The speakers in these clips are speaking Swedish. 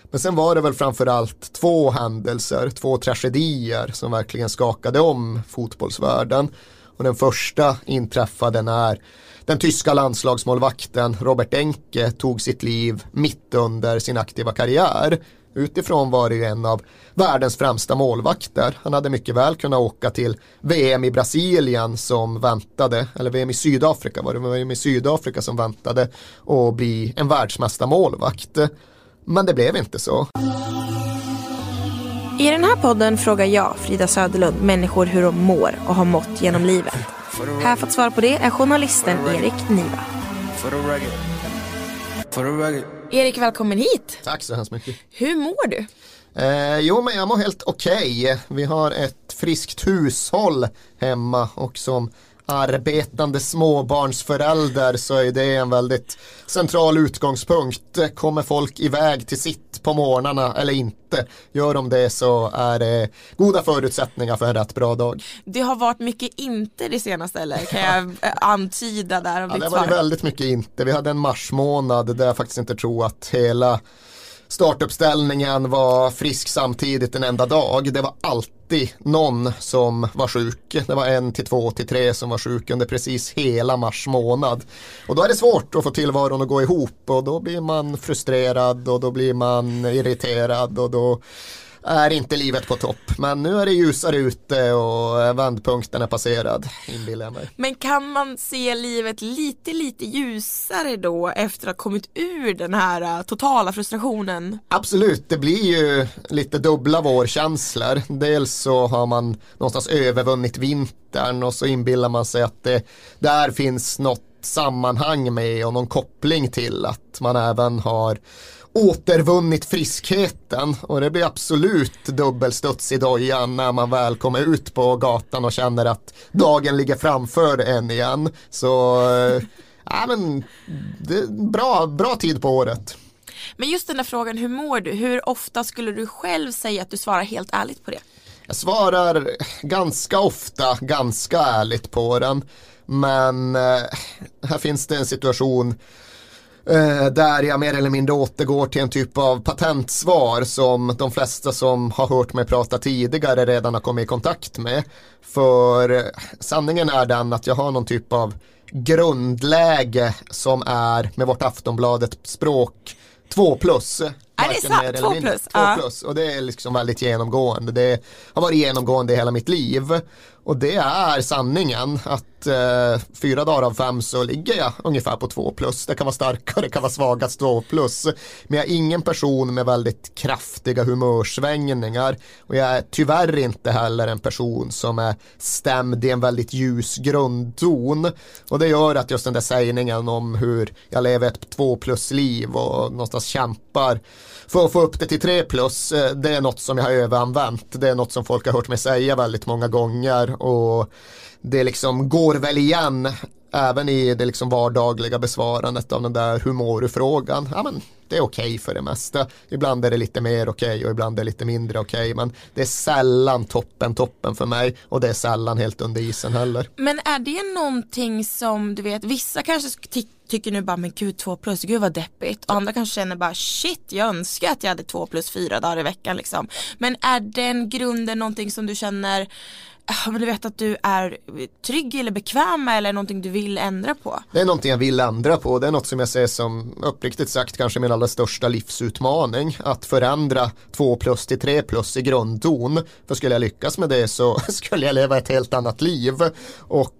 Men sen var det väl framförallt 2 händelser, 2 tragedier som verkligen skakade om fotbollsvärlden. Och den första inträffade när den tyska landslagsmålvakten Robert Enke tog sitt liv mitt under sin aktiva karriär. Utifrån var det ju en av världens främsta målvakter. Han hade mycket väl kunnat åka till VM i Brasilien som väntade, eller VM i Sydafrika var det, VM i Sydafrika som väntade och bli en världsmästarmålvakt. Men det blev inte så. I den här podden frågar jag, Frida Söderlund, människor hur de mår och har mått genom livet. Här för att svara på det är journalisten Erik Niva. Erik, välkommen hit. Tack så hemskt mycket. Hur mår du? Jo, men jag mår helt okej. Vi har ett friskt hushåll hemma och som arbetande småbarnsförälder så är det en väldigt central utgångspunkt. Kommer folk iväg till sitt på morgnarna eller inte? Gör de det så är det goda förutsättningar för en rätt bra dag. Det har varit mycket inte det senaste, eller kan jag antyda där? Ja, det var väldigt mycket inte. Vi hade en marsmånad där jag faktiskt inte tror att hela startuppställningen var frisk samtidigt en enda dag. Det var alltid någon som var sjuk. Det var 1 till 2 till 3 som var sjuk under precis hela mars månad. Och då är det svårt att få tillvaron att gå ihop och då blir man frustrerad och då blir man irriterad och då är inte livet på topp. Men nu är det ljusare ute och vändpunkten är passerad, inbillar jag mig. Men kan man se livet lite ljusare då efter att ha kommit ur den här totala frustrationen? Absolut, det blir ju lite dubbla vårkänslor. Dels så har man någonstans övervunnit vintern och så inbillar man sig att det där finns något sammanhang med och någon koppling till att man även har återvunnit friskheten och det blir absolut dubbelstuds i dojan när man väl kommer ut på gatan och känner att dagen ligger framför en igen. Så ja, men det är bra tid på året. Men just den där frågan, hur mår du? Hur ofta skulle du själv säga att du svarar helt ärligt på det? Jag svarar ganska ofta, ganska ärligt på den. Men här finns det en situation där jag mer eller mindre återgår till en typ av patentsvar som de flesta som har hört mig prata tidigare redan har kommit i kontakt med. För sanningen är den att jag har någon typ av grundläge som är med vårt Aftonbladet språk 2+. Är det sant? 2+? Och det är liksom väldigt genomgående. Det har varit genomgående i hela mitt liv. Och det är sanningen att 4 dagar av 5 så ligger jag ungefär på 2+. Det kan vara starkare, det kan vara svagast 2+. Men jag är ingen person med väldigt kraftiga humörsvängningar. Och jag är tyvärr inte heller en person som är stämd i en väldigt ljus grundton. Och det gör att just den där sägningen om hur jag lever ett 2+-liv och någonstans kämpar för att få upp det till 3+, det är något som jag har överanvänt. Det är något som folk har hört mig säga väldigt många gånger och det liksom går väl igen även i det liksom vardagliga besvarandet av den där hur mår du-frågan. Ja, men det är okej för det mesta. Ibland är det lite mer okej och ibland är det lite mindre okej. Men det är sällan toppen för mig och det är sällan helt under isen heller. Men är det någonting som du vet, vissa kanske tycker nu bara men gud 2+, gud vad deppigt. Och andra kanske känner bara shit, jag önskar att jag hade 2+4 dagar i veckan liksom. Men är den grunden någonting som du känner, men du vet att du är trygg eller bekväm med eller någonting du vill ändra på? Det är någonting jag vill ändra på. Det är något som jag ser som uppriktigt sagt kanske min allra största livsutmaning. Att förändra 2+ till 3+ i grundton. För skulle jag lyckas med det så skulle jag leva ett helt annat liv. Och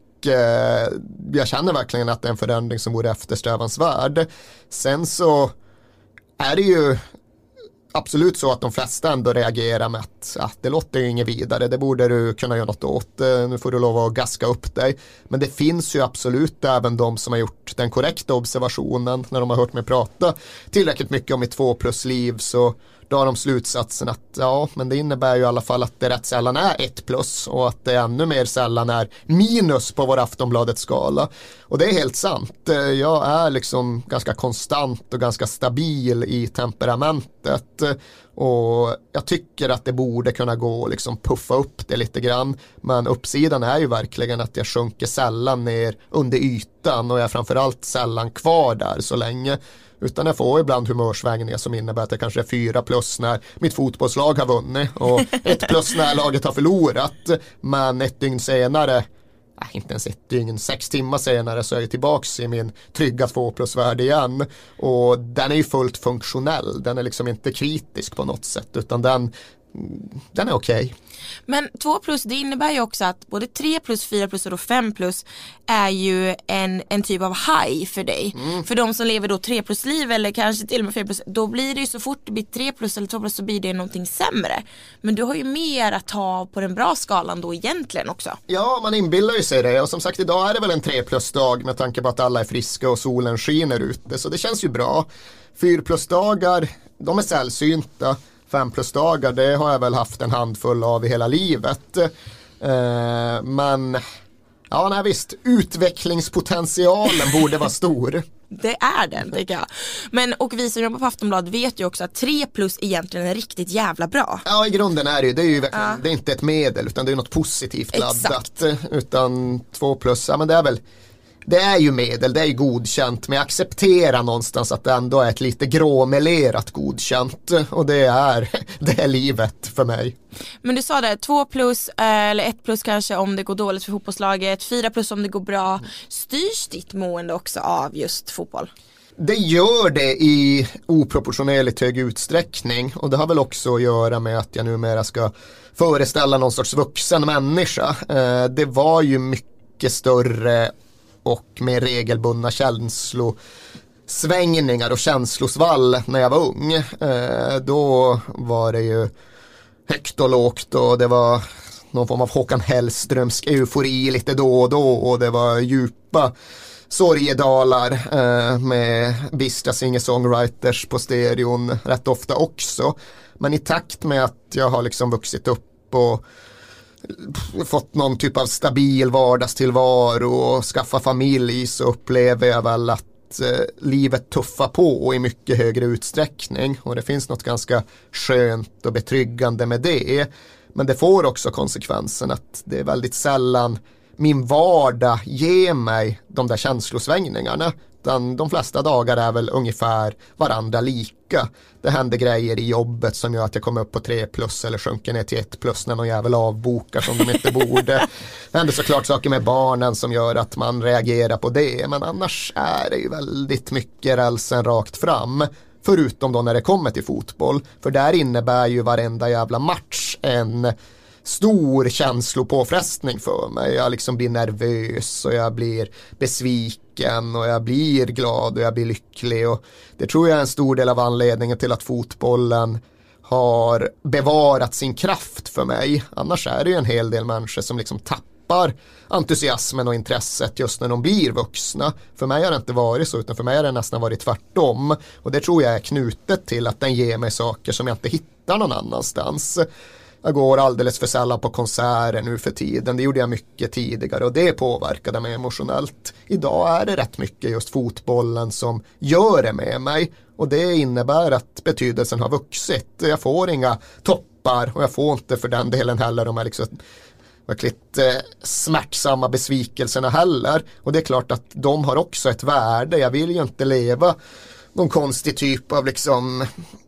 jag känner verkligen att det är en förändring som vore eftersträvansvärd. Sen så är det ju absolut så att de flesta ändå reagerar med att det låter ju inget vidare, det borde du kunna göra något åt, nu får du lov att gaska upp dig. Men det finns ju absolut även de som har gjort den korrekta observationen när de har hört mig prata tillräckligt mycket om mitt 2+-liv, så då har de slutsatsen att ja, men det innebär ju i alla fall att det rätt sällan är 1+ och att det ännu mer sällan är minus på vår Aftonbladets skala. Och det är helt sant. Jag är liksom ganska konstant och ganska stabil i temperamentet. Och jag tycker att det borde kunna gå att liksom puffa upp det lite grann. Men uppsidan är ju verkligen att jag sjunker sällan ner under ytan och jag är framförallt sällan kvar där så länge. Utan jag får ibland humörsvängningar som innebär att det kanske är 4+ när mitt fotbollslag har vunnit och 1+ när laget har förlorat. Men ett dygn senare, inte ens ett dygn, 6 timmar senare så är jag tillbaka i min trygga 2+-värde igen. Och den är ju fullt funktionell. Den är liksom inte kritisk på något sätt utan den är okej. Men 2+ det innebär ju också att både 3+, 4+ och 5+ är ju en typ av high för dig. För de som lever då 3+-liv eller kanske till och med 4+, då blir det ju så fort det blir 3+ eller 2+ så blir det någonting sämre. Men du har ju mer att ta på den bra skalan då egentligen också. Ja, man inbillar ju sig det och som sagt idag är det väl en 3+-dag med tanke på att alla är friska och solen skiner ute så det känns ju bra. 4+-dagar, de är sällsynta. 5+-dagar, det har jag väl haft en handfull av i hela livet. Men ja, nej, visst, utvecklingspotentialen borde vara stor. Det är den, tycker jag. Men, och vi som jobbar på Aftonbladet vet ju också att 3+ egentligen är riktigt jävla bra. Ja, i grunden är det ju verkligen, det är inte ett medel utan det är något positivt laddat. Exakt. Utan 2+, ja men det är ju medel, det är ju godkänt men jag accepterar någonstans att det ändå är ett lite gråmelerat godkänt och det är livet för mig. Men du sa det, 2+ eller 1+ kanske om det går dåligt för fotbollslaget, 4+ om det går bra. Styrs ditt mående också av just fotboll? Det gör det i oproportionerligt hög utsträckning och det har väl också att göra med att jag numera ska föreställa någon sorts vuxen människa. Det var ju mycket större och med regelbundna känslosvängningar och känslosvall när jag var ung. Då var det ju högt och lågt och det var någon form av Håkan Hellströmsk eufori lite då och då och det var djupa sorgedalar med bistra singer-songwriters på stereon rätt ofta också. Men i takt med att jag har liksom vuxit upp och fått någon typ av stabil vardagstillvaro och skaffa familj så upplever jag väl att livet tuffar på i mycket högre utsträckning och det finns något ganska skönt och betryggande med det. Men det får också konsekvensen att det är väldigt sällan min vardag ger mig de där känslosvängningarna. Utan de flesta dagar är väl ungefär varandra lika. Det händer grejer i jobbet som gör att jag kommer upp på 3+ eller sjunker ner till 1+ när någon jävel avbokar som de inte borde. Det händer såklart saker med barnen som gör att man reagerar på det. Men annars är det ju väldigt mycket rälsen rakt fram. Förutom då när det kommer till fotboll. För där innebär ju varenda jävla match en stor känslopåfrestning för mig. Jag liksom blir nervös och jag blir besviken och jag blir glad och jag blir lycklig och det tror jag är en stor del av anledningen till att fotbollen har bevarat sin kraft för mig. Annars är det ju en hel del människor som liksom tappar entusiasmen och intresset just när de blir vuxna. För mig har det inte varit så utan för mig har det nästan varit tvärtom och det tror jag är knutet till att den ger mig saker som jag inte hittar någon annanstans. Jag går alldeles för sällan på konserter nu för tiden. Det gjorde jag mycket tidigare och det påverkade mig emotionellt. Idag är det rätt mycket just fotbollen som gör det med mig. Och det innebär att betydelsen har vuxit. Jag får inga toppar och jag får inte för den delen heller de här liksom verkligt smärtsamma besvikelserna heller. Och det är klart att de har också ett värde. Jag vill ju inte leva någon konstig typ av liksom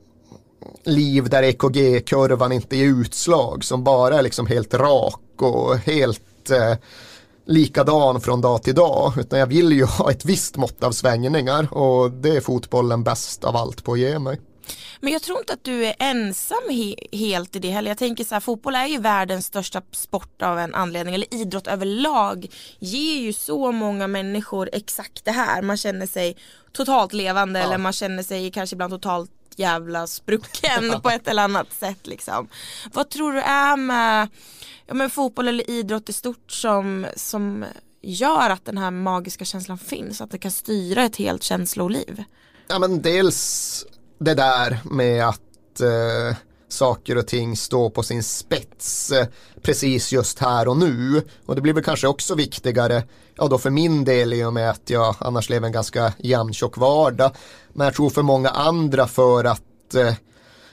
liv där EKG-kurvan inte är utslag som bara är liksom helt rak och helt likadan från dag till dag utan jag vill ju ha ett visst mått av svängningar och det är fotbollen bäst av allt på att ge mig. Men jag tror inte att du är ensam helt i det heller. Jag tänker så här, fotboll är ju världens största sport av en anledning. Eller idrott överlag ger ju så många människor exakt det här. Man känner sig totalt levande eller man känner sig kanske ibland totalt jävla sprucken på ett eller annat sätt liksom. Vad tror du är med fotboll eller idrott i stort som gör att den här magiska känslan finns, att det kan styra ett helt känsloliv? Ja men dels det där med att saker och ting står på sin spets precis just här och nu och det blir väl kanske också viktigare då för min del i och med att jag annars lever en ganska jämntjock vardag men jag tror för många andra för att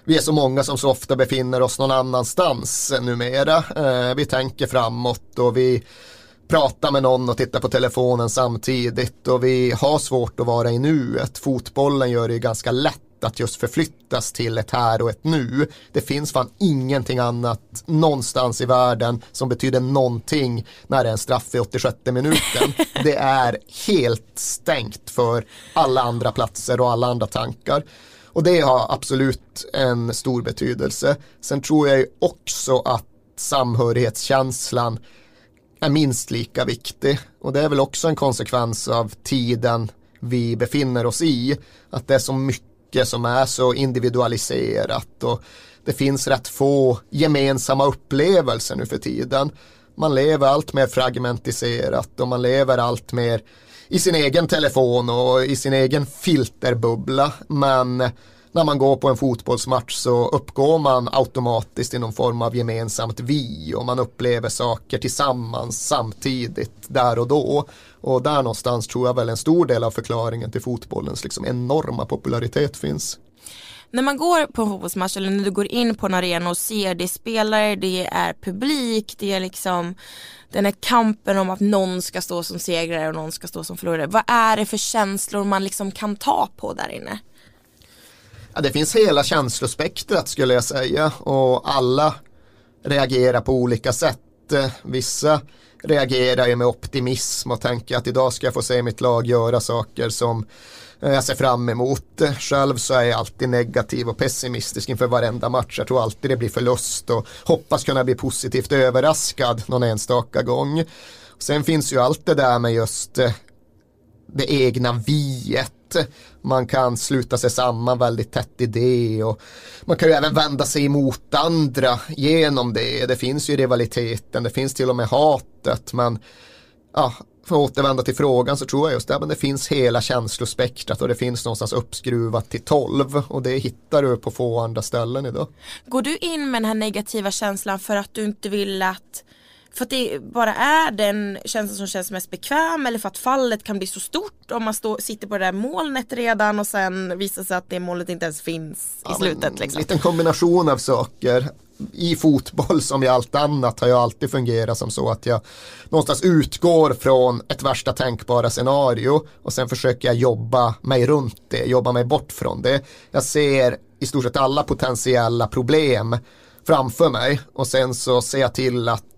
vi är så många som så ofta befinner oss någon annanstans numera. Vi tänker framåt och vi pratar med någon och tittar på telefonen samtidigt och vi har svårt att vara i nuet. Fotbollen gör det ju ganska lätt att just förflyttas till ett här och ett nu. Det finns fan ingenting annat någonstans i världen som betyder någonting när det är en straff i 86 minuten. Det är helt stängt för alla andra platser och alla andra tankar. Och det har absolut en stor betydelse. Sen tror jag ju också att samhörighetskänslan är minst lika viktig. Och det är väl också en konsekvens av tiden vi befinner oss i. Att det är så mycket som är så individualiserat och det finns rätt få gemensamma upplevelser nu för tiden. Man lever allt mer fragmentiserat och man lever allt mer i sin egen telefon och i sin egen filterbubbla. Men när man går på en fotbollsmatch så uppgår man automatiskt i någon form av gemensamt vi och man upplever saker tillsammans samtidigt där och då. Och där någonstans tror jag väl en stor del av förklaringen till fotbollens liksom enorma popularitet finns. När man går på en fotbollsmatch eller när du går in på en arena och ser det spelare, det är publik, det är liksom den här kampen om att någon ska stå som segrare och någon ska stå som förlorare. Vad är det för känslor man liksom kan ta på där inne? Ja, det finns hela känslospektrat skulle jag säga och alla reagerar på olika sätt. Vissa reagerar ju med optimism och tänker att idag ska jag få se mitt lag göra saker som jag ser fram emot. Själv så är jag alltid negativ och pessimistisk inför varenda match. Jag tror alltid det blir förlust och hoppas kunna bli positivt överraskad någon enstaka gång. Sen finns ju allt det där med just det egna viet. Man kan sluta sig samman väldigt tätt i det och man kan ju även vända sig emot andra genom det. Det finns ju rivaliteten, det finns till och med hatet, men ja, för att återvända till frågan så tror jag just det, men det finns hela känslospektrat och det finns någonstans uppskruvat till 12 och det hittar du på få andra ställen idag. Går du in med den här negativa känslan för att du inte vill för att det bara är den känslan som känns mest bekväm eller för att fallet kan bli så stort om man sitter på det där molnet redan och sen visar sig att det målet inte ens finns i slutet. Liksom. En liten kombination av saker. I fotboll som i allt annat har jag alltid fungerat som så att jag någonstans utgår från ett värsta tänkbara scenario och sen försöker jag jobba mig runt det, jobba mig bort från det. Jag ser i stort sett alla potentiella problem framför mig och sen så ser jag till att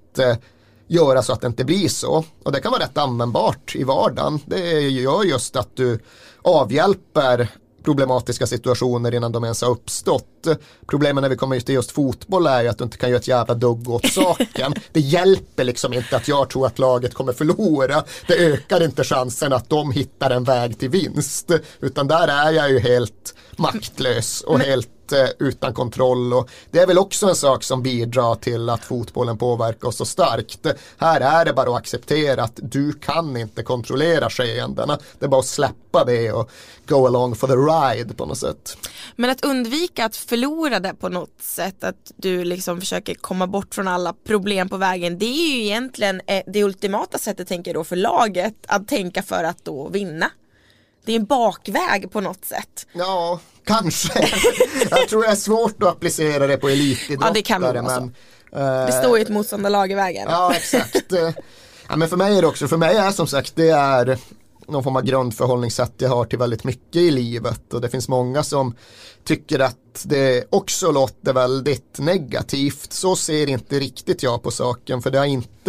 göra så att det inte blir så. Och det kan vara rätt användbart i vardagen. Det gör just att du avhjälper problematiska situationer innan de ens har uppstått. Problemen när vi kommer till just fotboll är ju att du inte kan göra ett jävla dugg åt saken. Det hjälper liksom inte att jag tror att laget kommer förlora. Det ökar inte chansen att de hittar en väg till vinst. Utan där är jag ju helt maktlös och helt utan kontroll och det är väl också en sak som bidrar till att fotbollen påverkar oss så starkt. Här är det bara att acceptera att du kan inte kontrollera skeendena. Det är bara att släppa det och go along for the ride på något sätt. Men att undvika att förlora det på något sätt, att du liksom försöker komma bort från alla problem på vägen, det är ju egentligen det ultimata sättet, tänker jag då, för laget att tänka för att då vinna. Det är en bakväg på något sätt. Ja, kanske. Jag tror det är svårt att applicera det på elitidrottare. Ja, det kan vara men, det står ju ett motståndarlag i vägen. Ja, exakt. Ja, men för mig är det också, för mig är som sagt, det är någon form av grundförhållningssätt jag har till väldigt mycket i livet. Och det finns många som tycker att det också låter väldigt negativt. Så ser inte riktigt jag på saken, för det är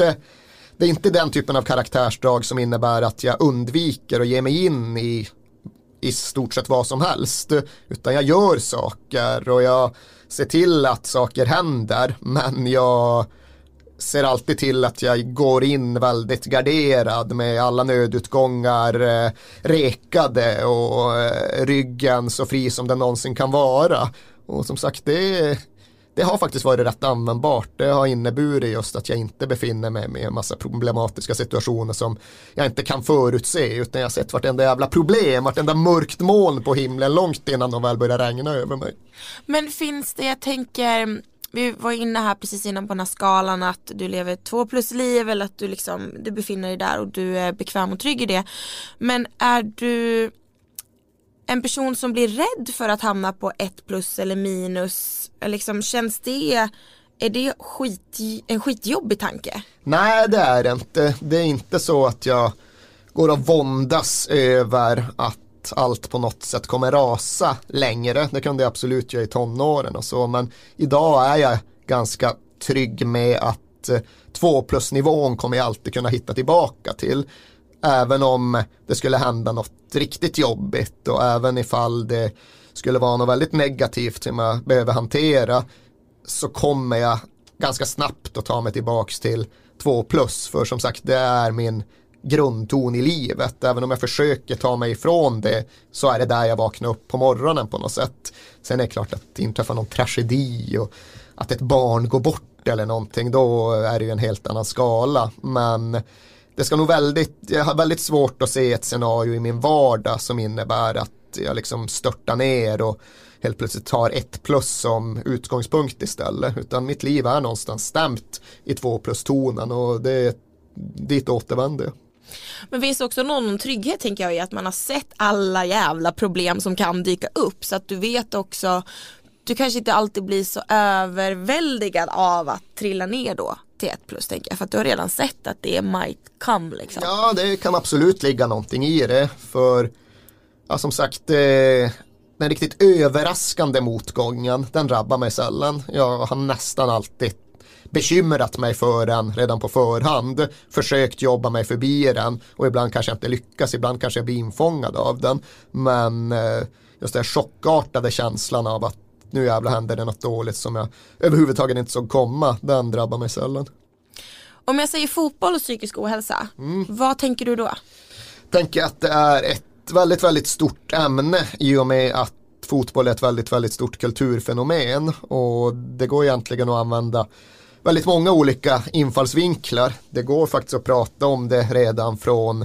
inte den typen av karaktärsdrag som innebär att jag undviker att ge mig in i stort sett vad som helst, utan jag gör saker och jag ser till att saker händer, men jag ser alltid till att jag går in väldigt garderad med alla nödutgångar rekade och ryggen så fri som den någonsin kan vara. Och som sagt, det har faktiskt varit rätt användbart. Det har inneburit just att jag inte befinner mig med en massa problematiska situationer som jag inte kan förutse, utan jag har sett vartenda jävla problem, vartenda mörkt moln på himlen långt innan de väl börjar regna över mig. Men finns det, jag tänker, vi var inne här precis innan på den här skalan att du lever 2+ liv eller att du befinner dig där och du är bekväm och trygg i det. Men är en person som blir rädd för att hamna på 1+ eller minus, liksom, känns det, är det en skitjobbig tanke? Nej, det är det inte. Det är inte så att jag går och våndas över att allt på något sätt kommer rasa längre. Det kunde jag absolut göra i tonåren och så, men idag är jag ganska trygg med att 2+-nivån kommer jag alltid kunna hitta tillbaka till. Även om det skulle hända något riktigt jobbigt och även ifall det skulle vara något väldigt negativt som jag behöver hantera, så kommer jag ganska snabbt att ta mig tillbaks till 2+, för som sagt det är min grundton i livet. Även om jag försöker ta mig ifrån det, så är det där jag vaknar upp på morgonen på något sätt. Sen är det klart att det inträffar någon tragedi och att ett barn går bort eller någonting, då är det ju en helt annan skala. Men det ska nog jag har väldigt svårt att se ett scenario i min vardag som innebär att jag liksom störtar ner och helt plötsligt tar 1+ som utgångspunkt istället. Utan mitt liv är någonstans stämt i 2+-tonen och det är dit återvänder jag. Men finns det också någon trygghet, tänker jag, i att man har sett alla jävla problem som kan dyka upp, så att du vet också, du kanske inte alltid blir så överväldigad av att trilla ner då till 1+, tänker jag, för att du har redan sett att det might come liksom. Ja, det kan absolut ligga någonting i det, för ja, som sagt, den riktigt överraskande motgången, den drabbar mig sällan. Jag har nästan alltid bekymrat mig för den redan på förhand, försökt jobba mig förbi den och ibland kanske jag inte lyckas, ibland kanske jag blir infångad av den, men just den chockartade känslan av att nu jävla händer det något dåligt som jag överhuvudtaget inte såg komma, den drabbar mig sällan. Om jag säger fotboll och psykisk ohälsa, vad tänker du då? Tänker att det är ett väldigt, väldigt stort ämne i och med att fotboll är ett väldigt, väldigt stort kulturfenomen och det går egentligen att använda väldigt många olika infallsvinklar. Det går faktiskt att prata om det redan från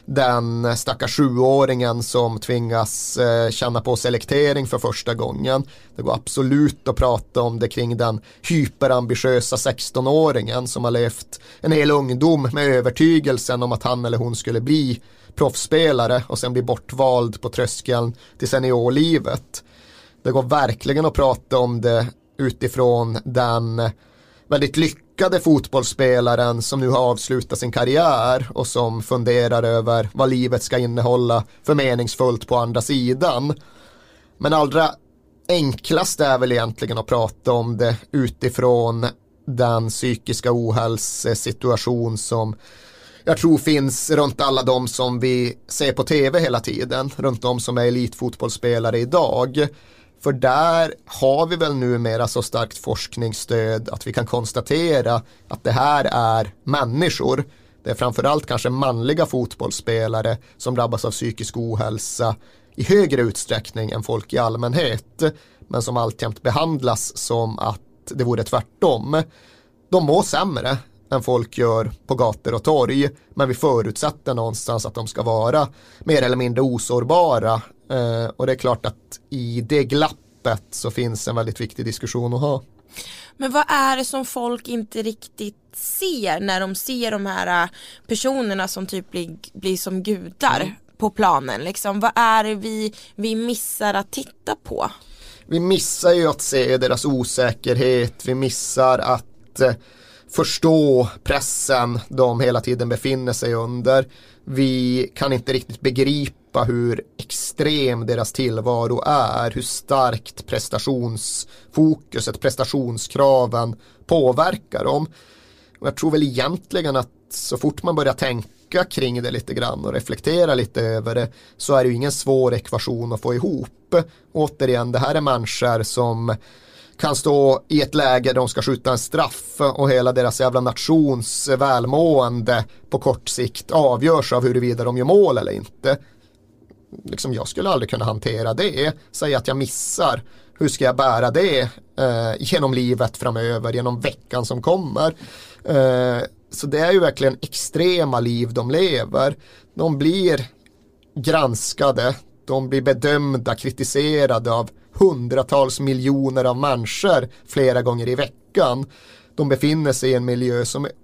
den stackars 7-åringen som tvingas känna på selektering för första gången. Det går absolut att prata om det kring den hyperambitiösa 16-åringen som har levt en hel ungdom med övertygelsen om att han eller hon skulle bli proffsspelare och sen bli bortvald på tröskeln till seniorlivet. Det går verkligen att prata om det utifrån den väldigt lyckade fotbollsspelaren som nu har avslutat sin karriär och som funderar över vad livet ska innehålla för meningsfullt på andra sidan. Men allra enklast är väl egentligen att prata om det utifrån den psykiska ohälsosituation som jag tror finns runt alla de som vi ser på tv hela tiden, runt de som är elitfotbollsspelare idag. För där har vi väl numera så starkt forskningsstöd att vi kan konstatera att det här är människor. Det är framförallt kanske manliga fotbollsspelare som drabbas av psykisk ohälsa i högre utsträckning än folk i allmänhet, men som alltjämt behandlas som att det vore tvärtom. De mår sämre än folk gör på gator och torg, men vi förutsätter någonstans att de ska vara mer eller mindre osårbara. Och det är klart att i det glappet så finns en väldigt viktig diskussion att ha. Men vad är det som folk inte riktigt ser när de ser de här personerna som typ blir som gudar på planen? Liksom, vad är det vi missar att titta på? Vi missar ju att se deras osäkerhet, vi missar att förstå pressen de hela tiden befinner sig under. Vi kan inte riktigt begripa hur extrem deras tillvaro är, hur starkt prestationsfokuset, prestationskraven påverkar dem. Och jag tror väl egentligen att så fort man börjar tänka kring det lite grann och reflektera lite över det, så är det ju ingen svår ekvation att få ihop. Återigen, det här är människor som kan stå i ett läge där de ska skjuta en straff och hela deras jävla nations välmående på kort sikt avgörs av huruvida de gör mål eller inte. Liksom, jag skulle aldrig kunna hantera det. Säga att jag missar. Hur ska jag bära det genom livet framöver, genom veckan som kommer? Så det är ju verkligen extrema liv de lever. De blir granskade, de blir bedömda, kritiserade av hundratals miljoner av människor flera gånger i veckan. De befinner sig i en miljö som är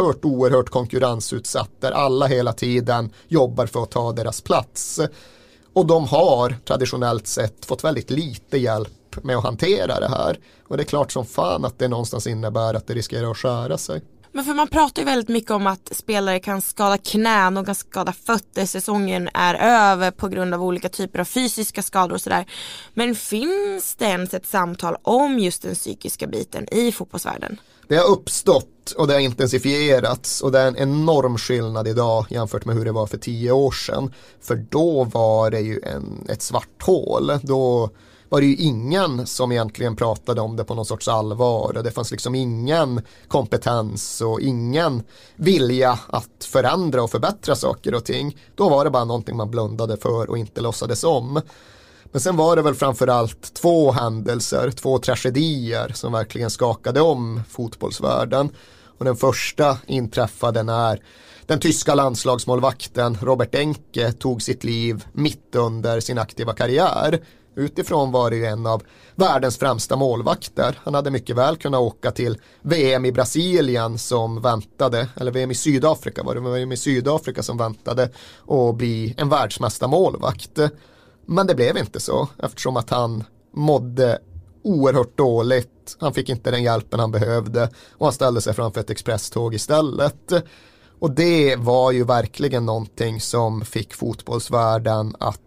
oerhört konkurrensutsatt, där alla hela tiden jobbar för att ta deras plats. Och de har traditionellt sett fått väldigt lite hjälp med att hantera det här. Och det är klart som fan att det någonstans innebär att det riskerar att skära sig. Men för man pratar ju väldigt mycket om att spelare kan skada knän och kan skada fötter. Säsongen är över på grund av olika typer av fysiska skador och sådär. Men finns det ens ett samtal om just den psykiska biten i fotbollsvärlden? Det har uppstått och det har intensifierats och det är en enorm skillnad idag jämfört med hur det var för 10 år sedan. För då var det ju ett svart hål. Då var det ju ingen som egentligen pratade om det på någon sorts allvar. Det fanns liksom ingen kompetens och ingen vilja att förändra och förbättra saker och ting. Då var det bara någonting man blundade för och inte låtsades om. Men sen var det väl framförallt 2 händelser, 2 tragedier som verkligen skakade om fotbollsvärlden. Och den första inträffade när den tyska landslagsmålvakten Robert Enke tog sitt liv mitt under sin aktiva karriär. Utifrån var det ju en av världens främsta målvakter. Han hade mycket väl kunnat åka till VM i Brasilien som väntade, eller VM i Sydafrika var det, VM i Sydafrika som väntade och bli en världsmästarmålvakt. Men det blev inte så eftersom att han mådde oerhört dåligt. Han fick inte den hjälpen han behövde och han ställde sig framför ett expresståg istället. Och det var ju verkligen någonting som fick fotbollsvärlden att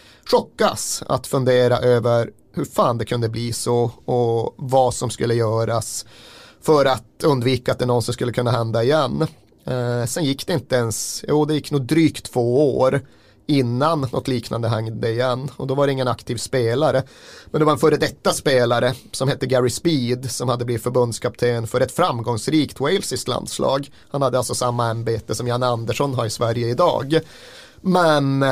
chockas, att fundera över hur fan det kunde bli så och vad som skulle göras för att undvika att det någonsin skulle kunna hända igen. Sen gick det inte ens, det gick nog drygt 2 år innan något liknande hände igen och då var det ingen aktiv spelare. Men det var en före detta spelare som hette Gary Speed som hade blivit förbundskapten för ett framgångsrikt walesiskt landslag. Han hade alltså samma ämbete som Jan Andersson har i Sverige idag. Men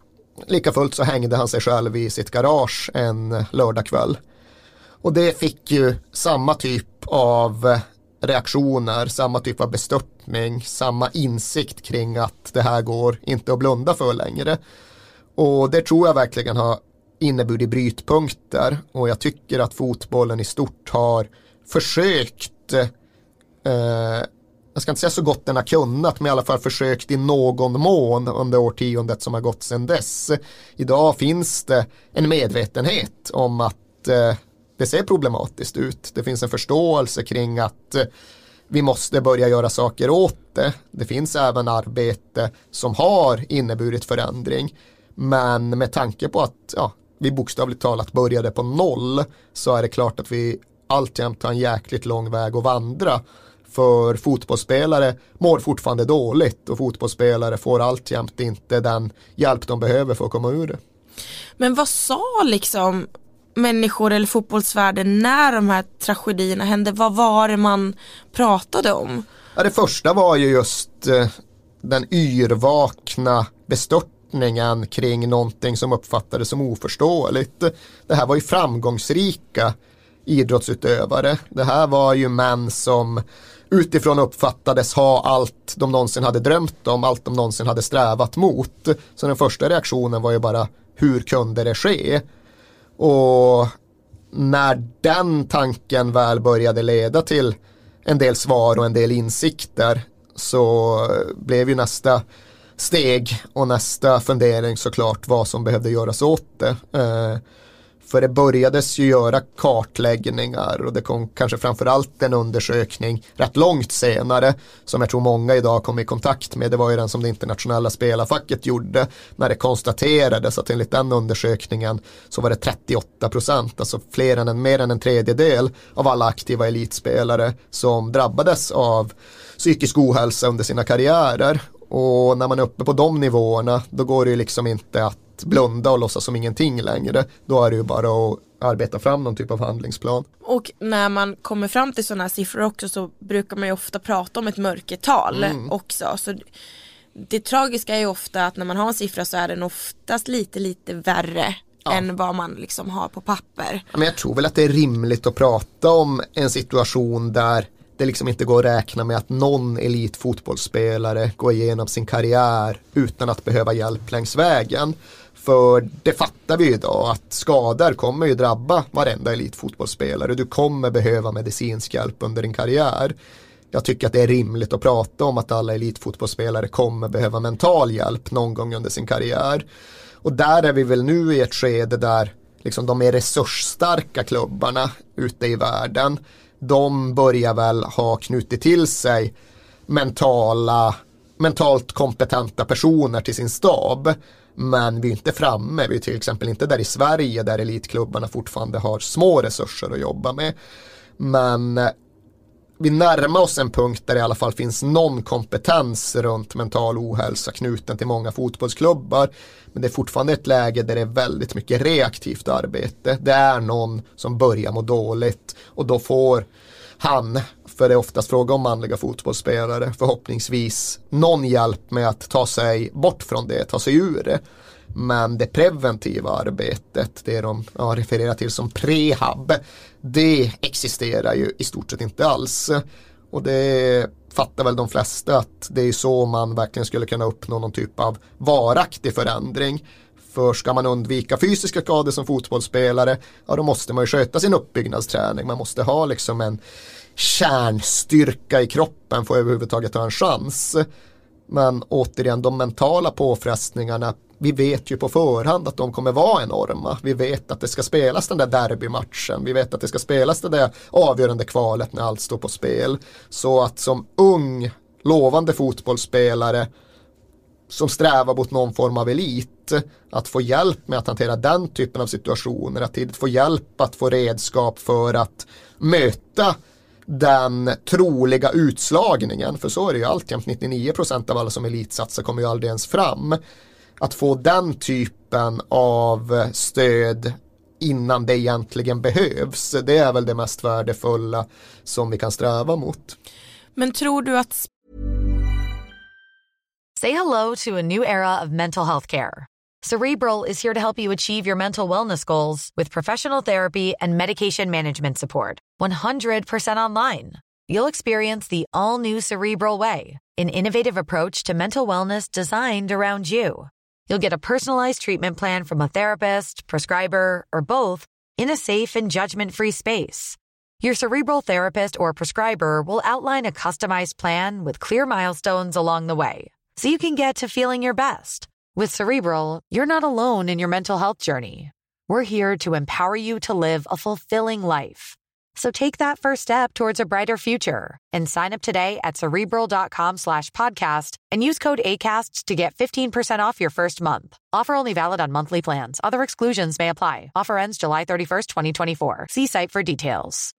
lika fullt så hängde han sig själv i sitt garage en lördagkväll. Och det fick ju samma typ av reaktioner, samma typ av bestörtning, samma insikt kring att det här går inte att blunda för längre. Och det tror jag verkligen har inneburit brytpunkter och jag tycker att fotbollen i stort har försökt jag ska inte säga så gott den har kunnat, men i alla fall försökt i någon mån under årtiondet som har gått sedan dess. Idag finns det en medvetenhet om att det ser problematiskt ut. Det finns en förståelse kring att vi måste börja göra saker åt det. Det finns även arbete som har inneburit förändring. Men med tanke på att vi bokstavligt talat började på 0 så är det klart att vi alltjämt har en jäkligt lång väg att vandra. För fotbollsspelare mår fortfarande dåligt och fotbollsspelare får alltjämt inte den hjälp de behöver för att komma ur det. Men vad sa liksom människor eller fotbollsvärlden när de här tragedierna hände? Vad var det man pratade om? Ja, det första var ju just den yrvakna bestörtningen kring någonting som uppfattades som oförståeligt. Det här var ju framgångsrika idrottsutövare. Det här var ju män som utifrån uppfattades ha allt de någonsin hade drömt om, allt de någonsin hade strävat mot. Så den första reaktionen var ju bara, hur kunde det ske? Och när den tanken väl började leda till en del svar och en del insikter så blev ju nästa steg och nästa fundering såklart vad som behövde göras åt det. För det börjades ju göra kartläggningar och det kom kanske framförallt en undersökning rätt långt senare som jag tror många idag kom i kontakt med. Det var ju den som det internationella spelarfacket gjorde när det konstaterades att enligt den undersökningen så var det 38%, alltså mer än en tredjedel av alla aktiva elitspelare som drabbades av psykisk ohälsa under sina karriärer. Och när man är uppe på de nivåerna då går det ju liksom inte att blunda och låtsas som ingenting längre. Då är det ju bara att arbeta fram någon typ av handlingsplan. Och när man kommer fram till sådana här siffror också så brukar man ju ofta prata om ett mörkertal också. Så det tragiska är ju ofta att när man har en siffra så är den oftast lite värre än vad man liksom har på papper. Men jag tror väl att det är rimligt att prata om en situation där det liksom inte går att räkna med att någon elitfotbollsspelare går igenom sin karriär utan att behöva hjälp längs vägen. För det fattar vi idag att skador kommer ju drabba varenda elitfotbollsspelare. Du kommer behöva medicinsk hjälp under din karriär. Jag tycker att det är rimligt att prata om att alla elitfotbollsspelare kommer behöva mental hjälp någon gång under sin karriär. Och där är vi väl nu i ett skede där liksom de är resursstarka klubbarna ute i världen. De börjar väl ha knutit till sig mentalt kompetenta personer till sin stab. Men vi är inte framme. Vi är till exempel inte där i Sverige där elitklubbarna fortfarande har små resurser att jobba med. Men vi närmar oss en punkt där det i alla fall finns någon kompetens runt mental ohälsa knuten till många fotbollsklubbar. Men det är fortfarande ett läge där det är väldigt mycket reaktivt arbete. Det är någon som börjar må dåligt och då får han, för det är oftast fråga om manliga fotbollsspelare, förhoppningsvis någon hjälp med att ta sig bort från det, ta sig ur det. Men det preventiva arbetet, det de refererar till som prehab, det existerar ju i stort sett inte alls. Och det fattar väl de flesta att det är så man verkligen skulle kunna uppnå någon typ av varaktig förändring. För ska man undvika fysiska skador som fotbollsspelare, ja då måste man ju sköta sin uppbyggnadsträning. Man måste ha liksom en kärnstyrka i kroppen för att överhuvudtaget ha en chans. Men återigen, de mentala påfrestningarna, vi vet ju på förhand att de kommer vara enorma. Vi vet att det ska spelas den där derbymatchen. Vi vet att det ska spelas det där avgörande kvalet när allt står på spel. Så att som ung, lovande fotbollsspelare som strävar mot någon form av elit, att få hjälp med att hantera den typen av situationer, att tidigt få hjälp att få redskap för att möta den troliga utslagningen, för så är det ju alltjämt, 99% av alla som elitsatsar kommer ju aldrig ens fram. Att få den typen av stöd innan det egentligen behövs, det är väl det mest värdefulla som vi kan sträva mot. Men tror du att... Say hello to a new era of mental health care. Cerebral is here to help you achieve your mental wellness goals with professional therapy and medication management support. 100% online. You'll experience the all-new Cerebral way, an innovative approach to mental wellness designed around you. You'll get a personalized treatment plan from a therapist, prescriber, or both in a safe and judgment-free space. Your Cerebral therapist or prescriber will outline a customized plan with clear milestones along the way, so you can get to feeling your best. With Cerebral, you're not alone in your mental health journey. We're here to empower you to live a fulfilling life. So take that first step towards a brighter future and sign up today at Cerebral.com/podcast and use code ACAST to get 15% off your first month. Offer only valid on monthly plans. Other exclusions may apply. Offer ends July 31st, 2024. See site for details.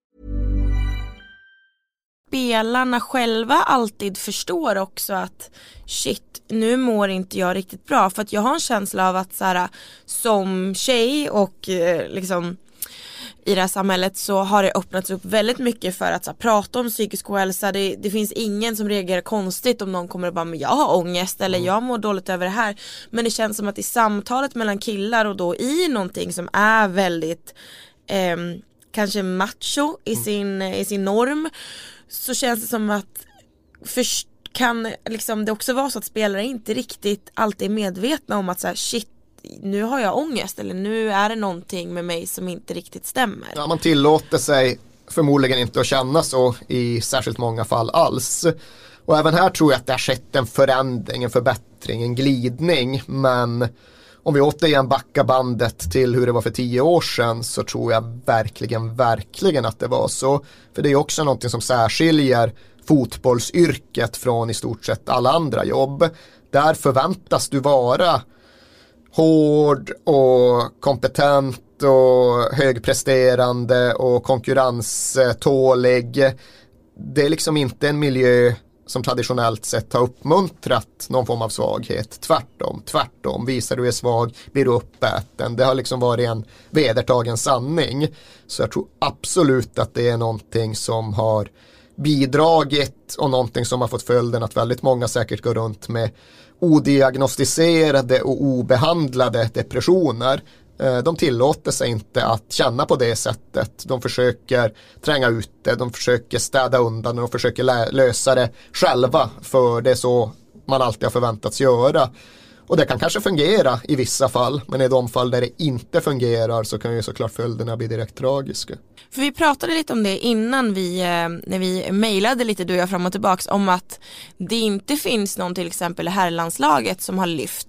Spelarna själva alltid förstår också att shit, nu mår inte jag riktigt bra, för att jag har en känsla av att så här, som tjej och liksom i det här samhället så har det öppnats upp väldigt mycket för att så här, prata om psykisk ohälsa. Det finns ingen som reagerar konstigt om någon kommer och bara, men jag har ångest eller jag mår dåligt över det här. Men det känns som att i samtalet mellan killar och då i någonting som är väldigt kanske macho i sin norm, så känns det som att kan liksom det också vara så att spelare inte riktigt alltid är medvetna om att så här, shit, nu har jag ångest eller nu är det någonting med mig som inte riktigt stämmer. Ja, man tillåter sig förmodligen inte att känna så i särskilt många fall alls. Och även här tror jag att det har skett en förändring, en förbättring, en glidning. Men om vi återigen backar bandet till hur det var för 10 år sedan, så tror jag verkligen att det var så. För det är också någonting som särskiljer fotbollsyrket från i stort sett alla andra jobb. Där förväntas du vara hård och kompetent och högpresterande och konkurrenstålig. Det är liksom inte en miljö som traditionellt sett har uppmuntrat någon form av svaghet. Tvärtom. Visar du är svag blir du uppäten. Det har liksom varit en vedertagen sanning. Så jag tror absolut att det är någonting som har bidragit och någonting som har fått följden att väldigt många säkert går runt med odiagnostiserade och obehandlade depressioner. De tillåter sig inte att känna på det sättet. De försöker tränga ut det, de försöker städa undan och de försöker lösa det själva, för det är så man alltid har förväntats göra. Och det kan kanske fungera i vissa fall, men i de fall där det inte fungerar så kan ju såklart följderna bli direkt tragiska. För vi pratade lite om det innan när vi mejlade lite du och jag fram och tillbaks om att det inte finns någon till exempel i herrlandslaget som har lyft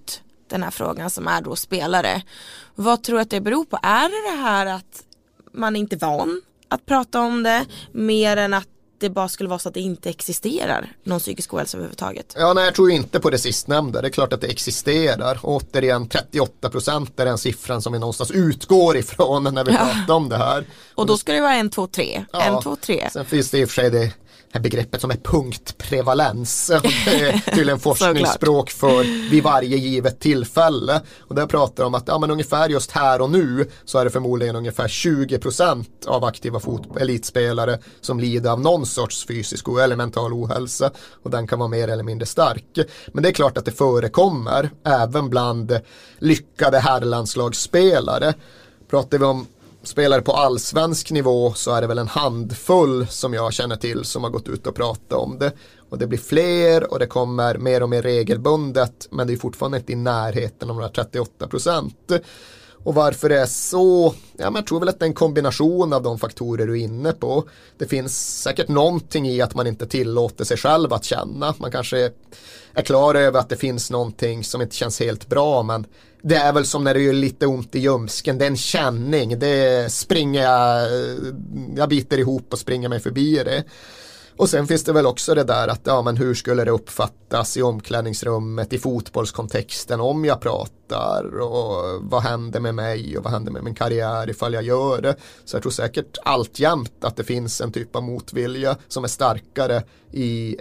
den här frågan som är då spelare. Vad tror du att det beror på? Är det här att man inte är van att prata om det mer än att det bara skulle vara så att det inte existerar någon psykisk ohälsa överhuvudtaget? Ja, nej, jag tror inte på det sistnämnda. Det är klart att det existerar. Återigen, 38% är den siffran som vi någonstans utgår ifrån när vi pratar om det här. Och då ska det vara 1, 2, 3. Ja, 1, 2, 3. Sen finns det i och för sig det här begreppet som är punktprevalens. Det är tydligen forskningsspråk för vid varje givet tillfälle. Och där pratar de att men ungefär just här och nu så är det förmodligen ungefär 20% av aktiva elitspelare som lider av någon sorts fysisk eller mental ohälsa. Och den kan vara mer eller mindre stark. Men det är klart att det förekommer även bland lyckade herrlandslagsspelare. Pratar vi om spelare på allsvensk nivå så är det väl en handfull som jag känner till som har gått ut och pratat om det. Och det blir fler och det kommer mer och mer regelbundet, men det är fortfarande inte i närheten av de här 38%. Och varför det är så? Ja, men jag tror väl att det är en kombination av de faktorer du är inne på. Det finns säkert någonting i att man inte tillåter sig själv att känna. Man kanske är klar över att det finns någonting som inte känns helt bra, men det är väl som när det gör lite ont i ljumsken. Det är en känning. Det springer jag biter ihop och springer mig förbi det. Och sen finns det väl också det där att men hur skulle det uppfattas i omklädningsrummet, i fotbollskontexten om jag pratar, och vad händer med mig och vad händer med min karriär ifall jag gör det. Så jag tror säkert alltjämt att det finns en typ av motvilja som är starkare i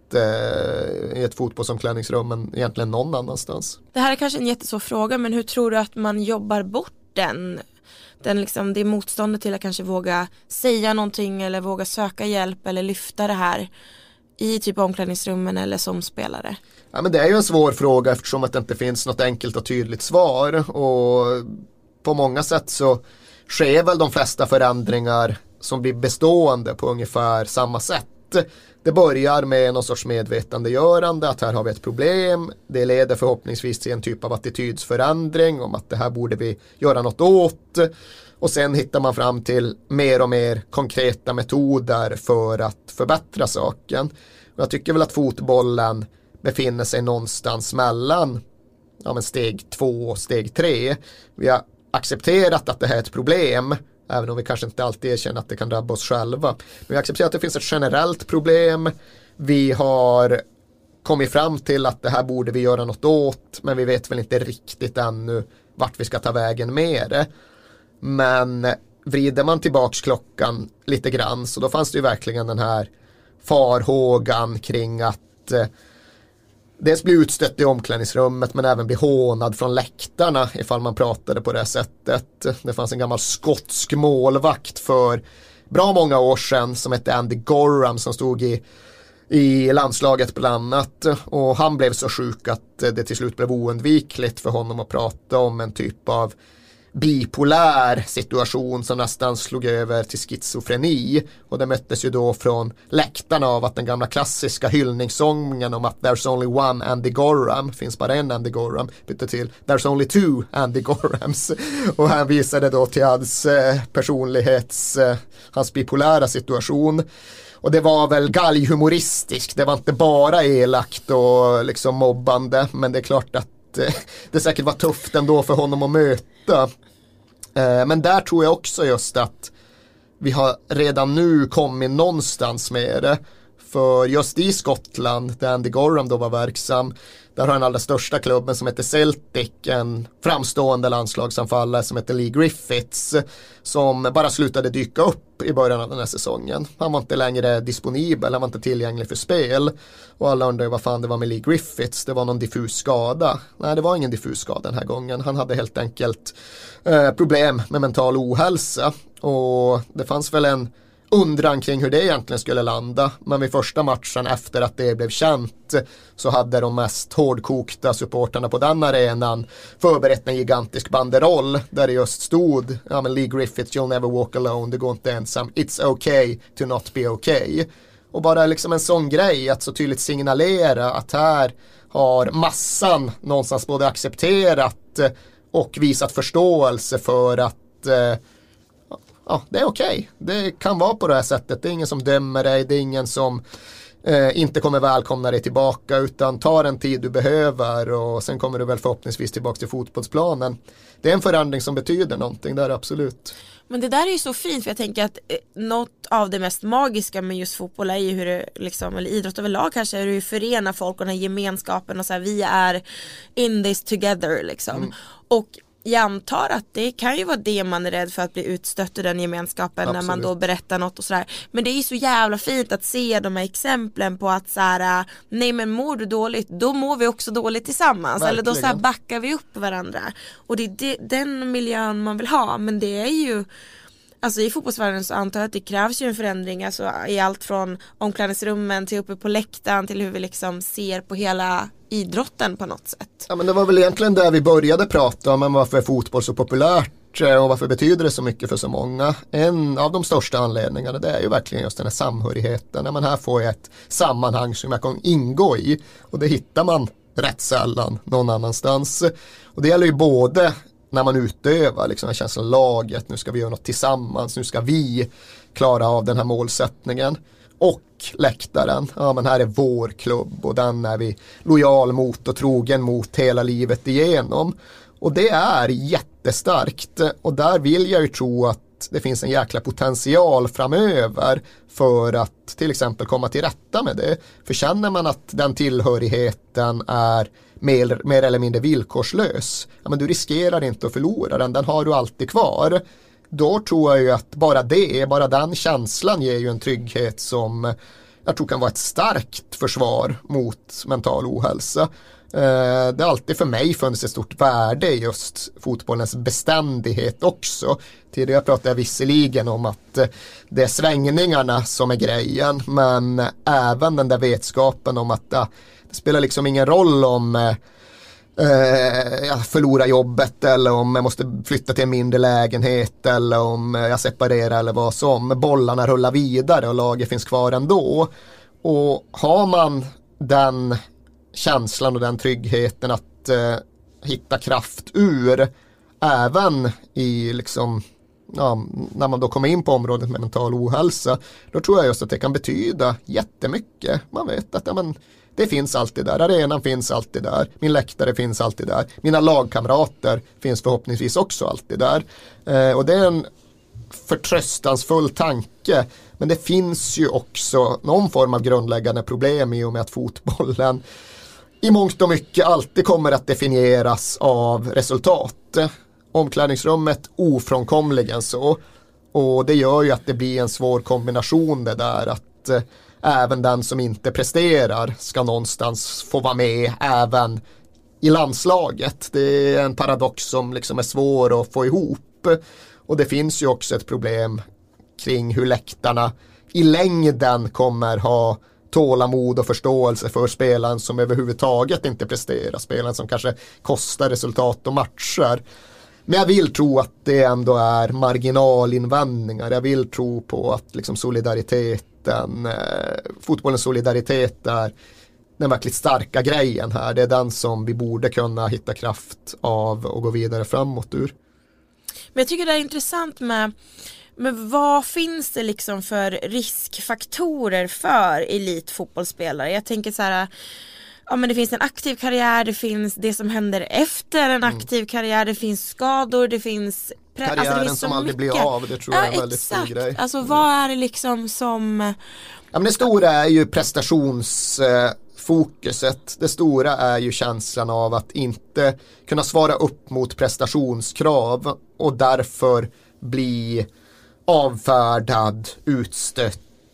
ett fotbollsomklädningsrum än egentligen någon annanstans. Det här är kanske en jättesvår fråga, men hur tror du att man jobbar bort den liksom, det motståndet till att kanske våga säga någonting eller våga söka hjälp eller lyfta det här i typ omklädningsrummen eller som spelare? Ja, men det är ju en svår fråga eftersom att det inte finns något enkelt och tydligt svar, och på många sätt så sker väl de flesta förändringar som blir bestående på ungefär samma sätt. Det börjar med någon sorts medvetandegörande att här har vi ett problem. Det leder förhoppningsvis till en typ av attitydsförändring om att det här borde vi göra något åt. Och sen hittar man fram till mer och mer konkreta metoder för att förbättra saken. Och jag tycker väl att fotbollen befinner sig någonstans mellan steg 2 och steg 3. Vi har accepterat att det här är ett problem, även om vi kanske inte alltid erkänner att det kan drabba oss själva. Men vi accepterar att det finns ett generellt problem. Vi har kommit fram till att det här borde vi göra något åt, men vi vet väl inte riktigt ännu vart vi ska ta vägen med det. Men vrider man tillbaks klockan lite grann, så då fanns det ju verkligen den här farhågan kring att dels bli utstött i omklädningsrummet, men även bli hånad från läktarna ifall man pratade på det sättet. Det fanns en gammal skotsk målvakt för bra många år sedan som hette Andy Gorham som stod i landslaget bland annat, och han blev så sjuk att det till slut blev oundvikligt för honom att prata om en typ av bipolär situation som nästan slog över till schizofreni, och det möttes ju då från läktarna av att den gamla klassiska hyllningssången om att there's only one Andy Gorham, finns bara en Andy Gorham, bytte till there's only two Andy Gorhams, och han visade då till hans hans bipolära situation. Och det var väl galghumoristiskt, det var inte bara elakt och liksom mobbande, men det är klart att det säkert var tufft ändå för honom att möta. Men där tror jag också just att vi har redan nu kommit någonstans med det. För just i Skottland, där Andy Gorham då var verksam, där har den allra största klubben som heter Celtic en framstående landslagsanfallare som heter Lee Griffiths, som bara slutade dyka upp i början av den här säsongen. Han var inte längre disponibel, han var inte tillgänglig för spel, och alla undrar vad fan det var med Lee Griffiths. Det var någon diffus skada. Nej, det var ingen diffus skada den här gången. Han hade helt enkelt problem med mental ohälsa, och det fanns väl en undran kring hur det egentligen skulle landa, men vid första matchen efter att det blev känt så hade de mest hårdkokta supporterna på den arenan förberett en gigantisk banderoll där det just stod Lee Griffiths, you'll never walk alone, det går inte ensam, it's okay to not be okay. Och bara liksom en sån grej att så tydligt signalera att här har massan någonstans både accepterat och visat förståelse för att det är okej. Det kan vara på det här sättet. Det är ingen som dömer dig. Det är ingen som inte kommer välkomna dig tillbaka, utan ta den tid du behöver och sen kommer du väl förhoppningsvis tillbaka till fotbollsplanen. Det är en förändring som betyder någonting där, absolut. Men det där är ju så fint, för jag tänker att något av det mest magiska med just fotboll är ju hur det liksom, eller idrott överlag kanske, hur det förenar folk och den här gemenskapen och så här, vi är in this together liksom. Och jag antar att det kan ju vara det man är rädd för, att bli utstött ur den gemenskapen. Absolut. När man då berättar något och sådär. Men det är ju så jävla fint att se de här exemplen på att såhär, nej men mår du dåligt, då mår vi också dåligt tillsammans. Verkligen. Eller då såhär backar vi upp varandra. Och det är den miljön man vill ha. Men det är ju, alltså i fotbollsvärlden så antar jag att det krävs ju en förändring, alltså i allt från omklädningsrummen till uppe på läktaren till hur vi liksom ser på hela idrotten på något sätt. Ja, men det var väl egentligen där vi började prata om varför är fotboll så populärt och varför betyder det så mycket för så många. En av de största anledningarna, det är ju verkligen just den här samhörigheten. När man här får ett sammanhang som jag kan ingå i, och det hittar man rätt sällan någon annanstans. Och det gäller ju både när man utövar liksom en känsla av laget, nu ska vi göra något tillsammans, nu ska vi klara av den här målsättningen. Och läktaren, ja men här är vår klubb och den är vi lojal mot och trogen mot hela livet igenom. Och det är jättestarkt, och där vill jag ju tro att det finns en jäkla potential framöver för att till exempel komma till rätta med det. För känner man att den tillhörigheten är mer eller mindre villkorslös, ja men du riskerar inte att förlora den har du alltid kvar. Då tror jag ju att bara den känslan ger ju en trygghet som jag tror kan vara ett starkt försvar mot mental ohälsa. Det har alltid för mig funnits ett stort värde i just fotbollens beständighet också. Tidigare pratade jag visserligen om att det är svängningarna som är grejen, men även den där vetskapen om att det spelar liksom ingen roll om jag förlorar jobbet eller om jag måste flytta till en mindre lägenhet eller om jag separerar eller vad som. Bollarna rullar vidare och laget finns kvar ändå. Och har man den känslan och den tryggheten att hitta kraft ur, även i liksom, ja, när man då kommer in på området med mental ohälsa, då tror jag just att det kan betyda jättemycket. Man vet att det finns alltid där, arenan finns alltid där, min läktare finns alltid där, mina lagkamrater finns förhoppningsvis också alltid där. Och det är en förtröstansfull tanke, men det finns ju också någon form av grundläggande problem i och med att fotbollen i mångt och mycket alltid kommer att definieras av resultat. Omklädningsrummet ofrånkomligen så, och det gör ju att det blir en svår kombination det där att även den som inte presterar ska någonstans få vara med även i landslaget. Det är en paradox som liksom är svår att få ihop. Och det finns ju också ett problem kring hur läktarna i längden kommer ha tålamod och förståelse för spelaren som överhuvudtaget inte presterar. Spelaren som kanske kostar resultat och matcher. Men jag vill tro att det ändå är marginalinvändningar. Jag vill tro på att liksom fotbollens solidaritet är den verkligt starka grejen här. Det är den som vi borde kunna hitta kraft av och gå vidare framåt ur. Men jag tycker det är intressant med vad finns det liksom för riskfaktorer för elitfotbollsspelare? Jag tänker så här, ja men det finns en aktiv karriär, det finns det som händer efter en aktiv karriär, det finns skador, det finns karriären alltså det finns som aldrig mycket. blir av, det tror jag är en väldigt stor grej. Alltså vad är det liksom som... Ja men det stora är ju prestationsfokuset. Det stora är ju känslan av att inte kunna svara upp mot prestationskrav och därför bli avfärdad, utstött,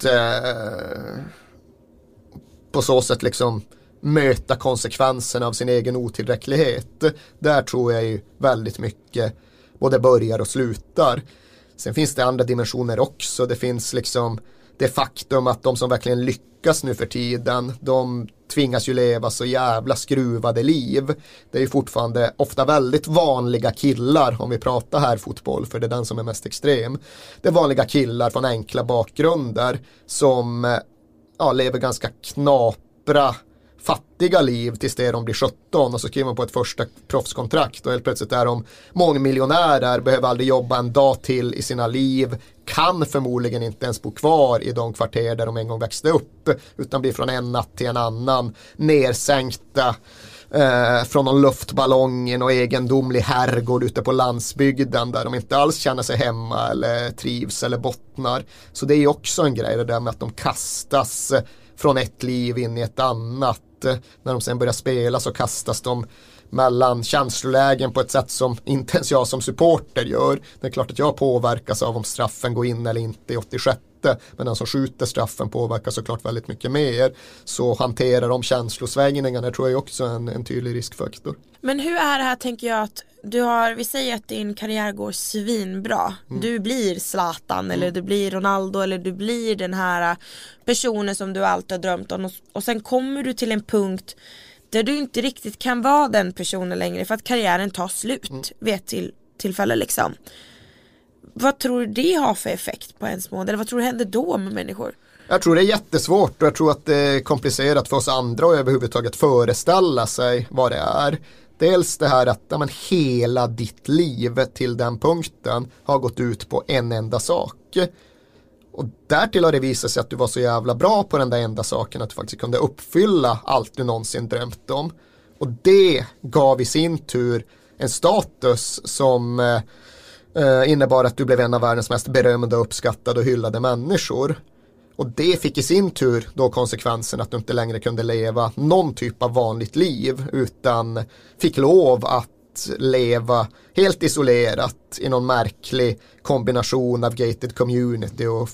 på så sätt liksom möta konsekvenserna av sin egen otillräcklighet. Där tror jag ju väldigt mycket både börjar och slutar. Sen finns det andra dimensioner också. Det finns liksom det faktum att de som verkligen lyckas nu för tiden, de tvingas ju leva så jävla skruvade liv. Det är ju fortfarande ofta väldigt vanliga killar, om vi pratar här fotboll, för det är den som är mest extrem. Det är vanliga killar från enkla bakgrunder som lever ganska knapra, fattiga liv tills de blir 17 och så skriver man på ett första proffskontrakt och helt plötsligt är de mångmiljonärer, behöver aldrig jobba en dag till i sina liv, kan förmodligen inte ens bo kvar i de kvarter där de en gång växte upp, utan blir från en natt till en annan nersänkta från någon luftballong i någon egendomlig herrgård ute på landsbygden där de inte alls känner sig hemma eller trivs eller bottnar. Så det är ju också en grej, det där med att de kastas från ett liv in i ett annat. När de sen börjar spela så kastas de mellan känslolägen på ett sätt som inte ens jag som supporter gör. Det är klart att jag påverkas av om straffen går in eller inte i 86, men den som skjuter straffen påverkas såklart väldigt mycket mer. Så hanterar de känslosvängningarna, tror jag också en tydlig riskfaktor. Men hur är det här, tänker jag, att vi säger att din karriär går svinbra. Du blir Zlatan eller du blir Ronaldo eller du blir den här personen som du alltid har drömt om, och sen kommer du till en punkt där du inte riktigt kan vara den personen längre för att karriären tar slut vid ett tillfälle liksom. Vad tror du det har för effekt på ens mål? Eller vad tror du händer då med människor? Jag tror det är jättesvårt, och jag tror att det är komplicerat för oss andra att överhuvudtaget föreställa sig vad det är. Dels det här att hela ditt liv till den punkten har gått ut på en enda sak. Och därtill har det visat sig att du var så jävla bra på den där enda saken att du faktiskt kunde uppfylla allt du någonsin drömt om. Och det gav i sin tur en status som innebar att du blev en av världens mest berömda, uppskattade och hyllade människor. Och det fick i sin tur då konsekvensen att du inte längre kunde leva någon typ av vanligt liv, utan fick lov att leva helt isolerat i någon märklig kombination av gated community och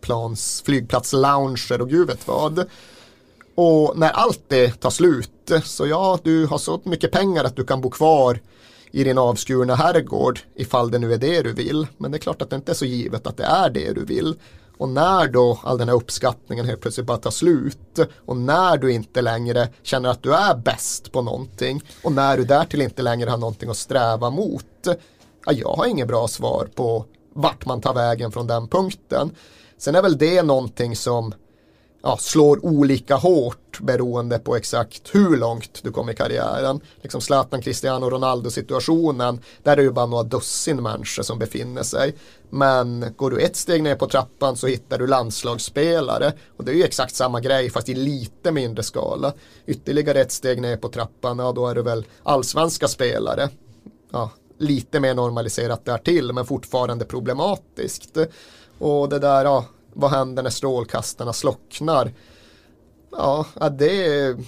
flygplatslounger och gud vet vad. Och när allt det tar slut, så ja, du har så mycket pengar att du kan bo kvar i din avskurna herrgård ifall det nu är det du vill. Men det är klart att det inte är så givet att det är det du vill. Och när då all den här uppskattningen helt plötsligt bara tar slut, och när du inte längre känner att du är bäst på någonting, och när du därtill inte längre har någonting att sträva mot, ja, jag har ingen bra svar på vart man tar vägen från den punkten. Sen är väl det någonting som slår olika hårt beroende på exakt hur långt du kommer i karriären. Liksom Zlatan, Cristiano Ronaldo situationen, där är det ju bara några dussin människor som befinner sig. Men går du ett steg ner på trappan så hittar du landslagsspelare, och det är ju exakt samma grej fast i lite mindre skala. Ytterligare ett steg ner på trappan, då är det väl allsvenska spelare. Ja, lite mer normaliserat därtill, men fortfarande problematiskt. Och det där, vad händer när strålkastarna slocknar? Ja, det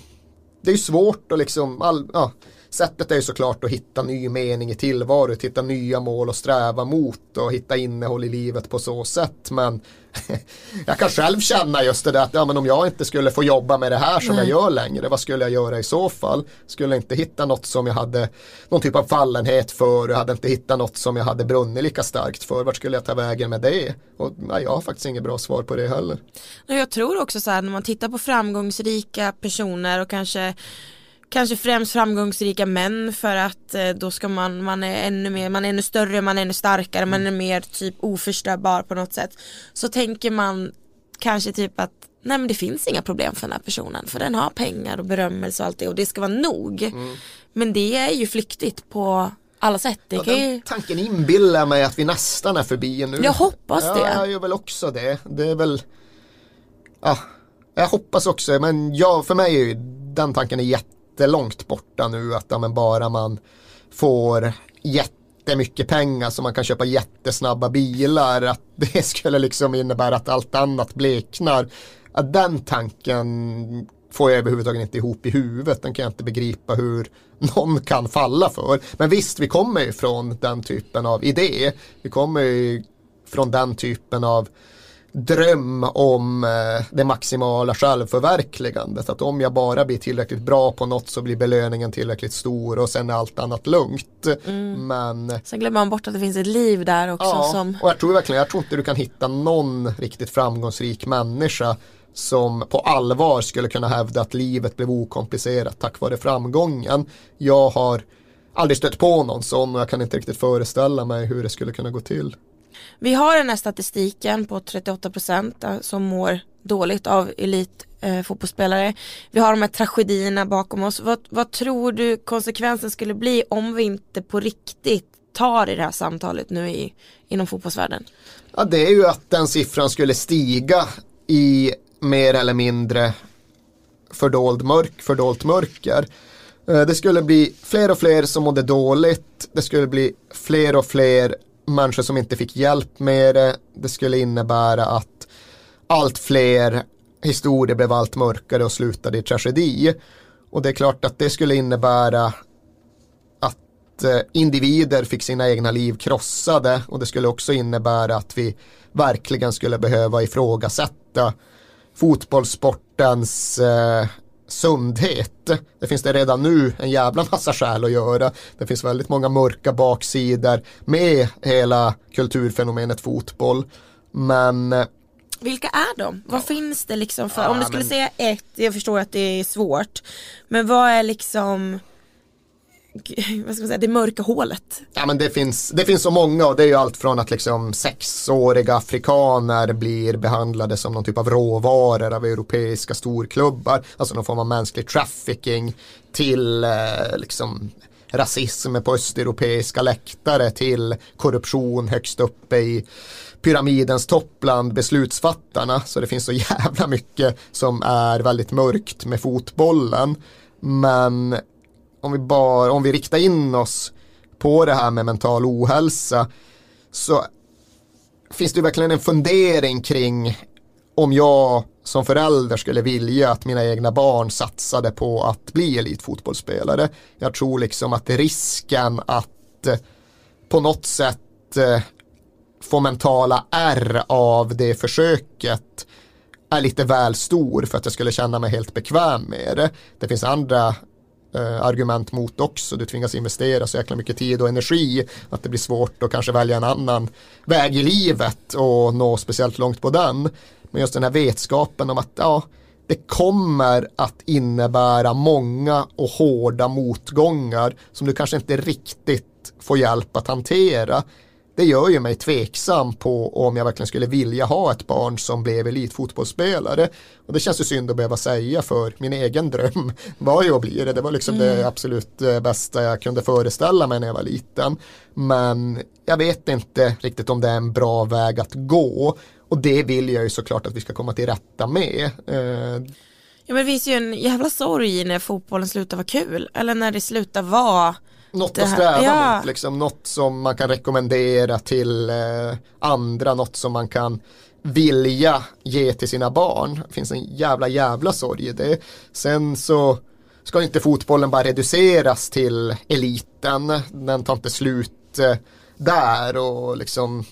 är svårt att liksom, sättet är ju såklart att hitta ny mening i tillvaron, att hitta nya mål och sträva mot och hitta innehåll i livet på så sätt. Men jag kan själv känna just det där att men om jag inte skulle få jobba med det här som jag gör längre, vad skulle jag göra i så fall? Skulle jag inte hitta något som jag hade någon typ av fallenhet för, jag hade inte hittat något som jag hade brunnit lika starkt för, vart skulle jag ta vägen med det? Och jag har faktiskt inget bra svar på det heller. Jag tror också så här, när man tittar på framgångsrika personer och kanske främst framgångsrika män, för att då ska man är ännu mer, man är ännu större, man är ännu starkare, man är mer typ oförstörbar på något sätt. Så tänker man kanske typ att nej, men det finns inga problem för den här personen, för den har pengar och berömmelse och allt det, och det ska vara nog. Men det är ju flyktigt på alla sätt. Tanken inbillar mig att vi nästan är förbi nu. Jag hoppas det. Ja, jag gör väl också det. Det är väl, jag hoppas också, men för mig är ju den tanken är jättelångt borta nu, att men bara man får jättemycket pengar så man kan köpa jättesnabba bilar, att det skulle liksom innebära att allt annat bleknar. Att den tanken får jag överhuvudtaget inte ihop i huvudet. Den kan jag inte begripa hur någon kan falla för. Men visst, vi kommer ju från den typen av idé. Vi kommer ju från den typen av dröm om det maximala självförverkligandet, att om jag bara blir tillräckligt bra på något så blir belöningen tillräckligt stor och sen är allt annat lugnt. Men sen glömmer man bort att det finns ett liv där också. Och jag tror inte du kan hitta någon riktigt framgångsrik människa som på allvar skulle kunna hävda att livet blev okomplicerat tack vare framgången. Jag har aldrig stött på någon sån, och jag kan inte riktigt föreställa mig hur det skulle kunna gå till. Vi har den här statistiken på 38% som mår dåligt av elitfotbollsspelare. Vi har de här tragedierna bakom oss. Vad tror du konsekvensen skulle bli om vi inte på riktigt tar i det här samtalet nu inom fotbollsvärlden? Ja, det är ju att den siffran skulle stiga i mer eller mindre fördolt mörker. Det skulle bli fler och fler som mådde dåligt. Det skulle bli fler och fler människor som inte fick hjälp med det. Det skulle innebära att allt fler historier blev allt mörkare och slutade i tragedi. Och det är klart att det skulle innebära att individer fick sina egna liv krossade, och det skulle också innebära att vi verkligen skulle behöva ifrågasätta fotbollssportens sundhet. Det finns det redan nu en jävla massa skäl att göra. Det finns väldigt många mörka baksidor med hela kulturfenomenet fotboll. Men vilka är de? Vad finns det liksom för, om du skulle säga ett, jag förstår att det är svårt, men vad är liksom, vad ska man säga, det mörka hålet? Ja, men det finns så många, och det är ju allt från att liksom 6-åriga afrikaner blir behandlade som någon typ av råvaror av europeiska storklubbar, alltså någon form av mänsklig trafficking, till liksom rasism på östeuropeiska läktare, till korruption högst uppe i pyramidens topp bland beslutsfattarna. Så det finns så jävla mycket som är väldigt mörkt med fotbollen. Men om vi riktar in oss på det här med mental ohälsa, så finns det verkligen en fundering kring om jag som förälder skulle vilja att mina egna barn satsade på att bli elitfotbollsspelare. Jag tror liksom att risken att på något sätt få mentala ärr av det försöket är lite väl stor för att jag skulle känna mig helt bekväm med det. Det finns andra argument mot också. Du tvingas investera så jäkla mycket tid och energi att det blir svårt att kanske välja en annan väg i livet och nå speciellt långt på den. Men just den här vetskapen om att det kommer att innebära många och hårda motgångar som du kanske inte riktigt får hjälp att hantera. Det gör ju mig tveksam på om jag verkligen skulle vilja ha ett barn som blev elitfotbollsspelare. Och det känns ju synd att behöva säga, för min egen dröm var ju att bli det. Det var liksom det absolut bästa jag kunde föreställa mig när jag var liten. Men jag vet inte riktigt om det är en bra väg att gå. Och det vill jag ju såklart att vi ska komma till rätta med. Ja, men det finns ju en jävla sorg när fotbollen slutar vara kul. Eller när det slutar vara något att sträva mot, liksom, något som man kan rekommendera till andra, något som man kan vilja ge till sina barn. Det finns en jävla sorg i det. Sen så ska inte fotbollen bara reduceras till eliten. Den tar inte slut där, och liksom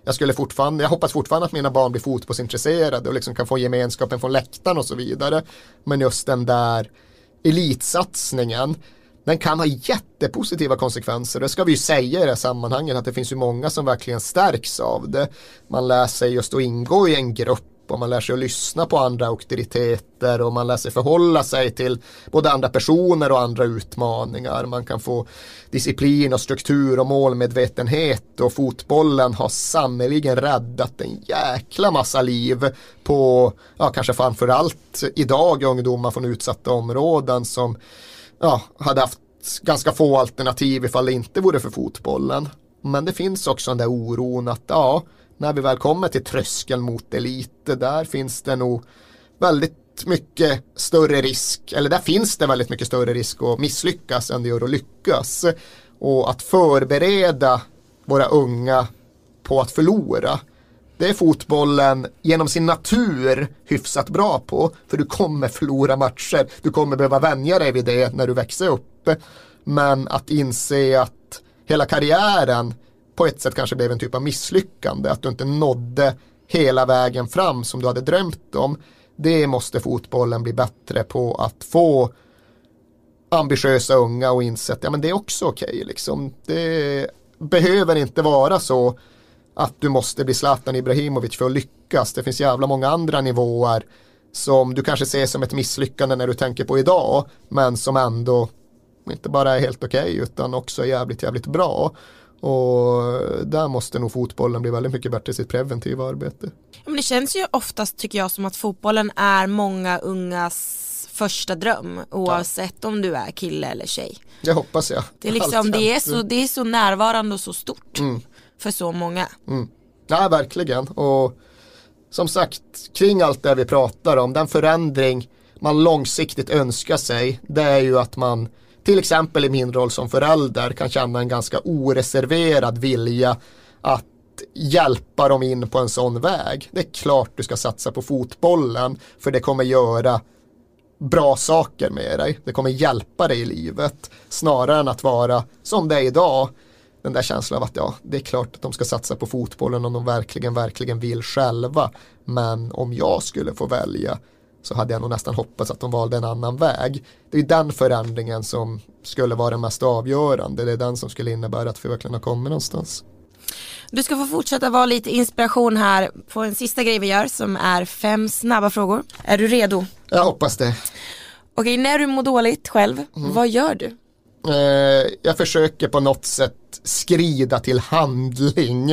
jag hoppas fortfarande att mina barn blir fotbollsintresserade och liksom kan få gemenskapen från läktaren och så vidare. Men just den där elitsatsningen, den kan ha jättepositiva konsekvenser. Det ska vi ju säga i det här sammanhanget, att det finns ju många som verkligen stärks av det. Man lär sig just att ingå i en grupp, och man lär sig att lyssna på andra auktoriteter, och man lär sig förhålla sig till både andra personer och andra utmaningar. Man kan få disciplin och struktur och målmedvetenhet, och fotbollen har sannoliken räddat en jäkla massa liv på, kanske framförallt idag ungdomar från utsatta områden som hade haft ganska få alternativ ifall det inte vore för fotbollen. Men det finns också den där oron att när vi väl kommer till tröskeln mot elit, där finns det nog väldigt mycket större risk, eller där finns det väldigt mycket större risk att misslyckas än det gör att lyckas. Och att förbereda våra unga på att förlora, det är fotbollen genom sin natur hyfsat bra på, för du kommer förlora matcher. Du kommer behöva vänja dig vid det när du växer upp. Men att inse att hela karriären på ett sätt kanske blev en typ av misslyckande, att du inte nådde hela vägen fram som du hade drömt om, det måste fotbollen bli bättre på, att få ambitiösa unga och inse att men det är också okej. Liksom. Det behöver inte vara så att du måste bli Zlatan Ibrahimovic för att lyckas. Det finns jävla många andra nivåer som du kanske ser som ett misslyckande när du tänker på idag, men som ändå inte bara är helt okej utan också är jävligt bra. Och där måste nog fotbollen bli väldigt mycket bättre i sitt preventiva arbete. Men det känns ju oftast, tycker jag, som att fotbollen är många ungas första dröm oavsett om du är kille eller tjej. Det hoppas jag. Det är liksom, det är så närvarande och så stort för så många. Ja, verkligen. Och som sagt, kring allt det vi pratar om, den förändring man långsiktigt önskar sig, det är ju att man till exempel i min roll som förälder kan känna en ganska oreserverad vilja att hjälpa dem in på en sån väg. Det är klart du ska satsa på fotbollen, för det kommer göra bra saker med dig. Det kommer hjälpa dig i livet snarare än att vara som det är idag. Den där känslan av att det är klart att de ska satsa på fotbollen om de verkligen vill själva. Men om jag skulle få välja så hade jag nog nästan hoppats att de valde en annan väg. Det är den förändringen som skulle vara den mest avgörande. Det är den som skulle innebära att vi verkligen har kommit någonstans. Du ska få fortsätta vara lite inspiration här på en sista grej vi gör som är 5 snabba frågor. Är du redo? Jag hoppas det. Okej, när du mår dåligt själv, vad gör du? Jag försöker på något sätt skrida till handling.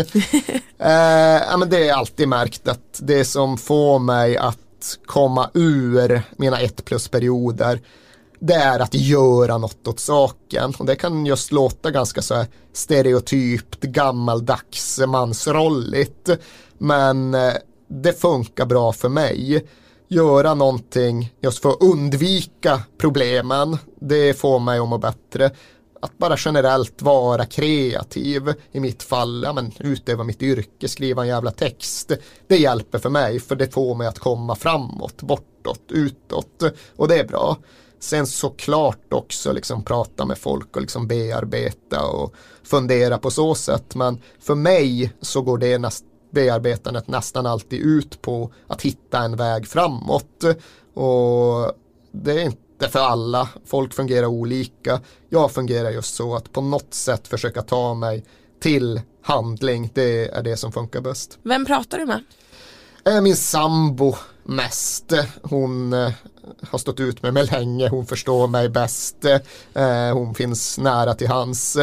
Men det är alltid märkt att det som får mig att komma ur mina 1+-perioder, det är att göra något åt saken. Och det kan just låta ganska så här stereotypt, gammaldags, mansrolligt. Men det funkar bra för mig. Göra någonting just för att undvika problemen, det får mig att må bättre. Att bara generellt vara kreativ, i mitt fall, utöva mitt yrke, skriva en jävla text, det hjälper för mig, för det får mig att komma framåt, bortåt, utåt, och det är bra. Sen såklart också liksom prata med folk och liksom bearbeta och fundera på så sätt, men för mig så går det bearbetandet nästan alltid ut på att hitta en väg framåt, och det är inte för alla, folk fungerar olika. Jag fungerar just så att på något sätt försöka ta mig till handling, det är det som funkar bäst. Vem pratar du med? Min sambo mest. Hon har stått ut med mig länge, hon förstår mig bäst, hon finns nära till hands.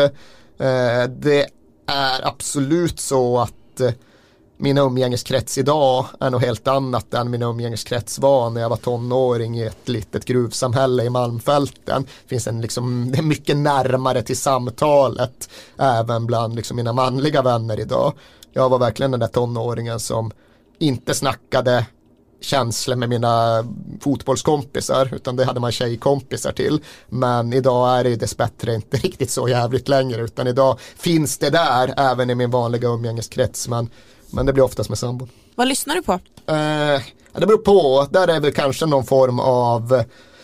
Det är absolut så att min umgängeskrets idag är nog helt annat än min umgängeskrets var när jag var tonåring i ett litet gruvsamhälle i Malmfälten. Det finns det är mycket närmare till samtalet även bland mina manliga vänner idag. Jag var verkligen den där tonåringen som inte snackade känslor med mina fotbollskompisar, utan det hade man tjejkompisar till. Men idag är det dessbättre inte riktigt så jävligt längre, utan idag finns det där även i min vanliga umgängeskrets, men det blir oftast med sambon. Vad lyssnar du på? Det beror på. Där är väl kanske någon form av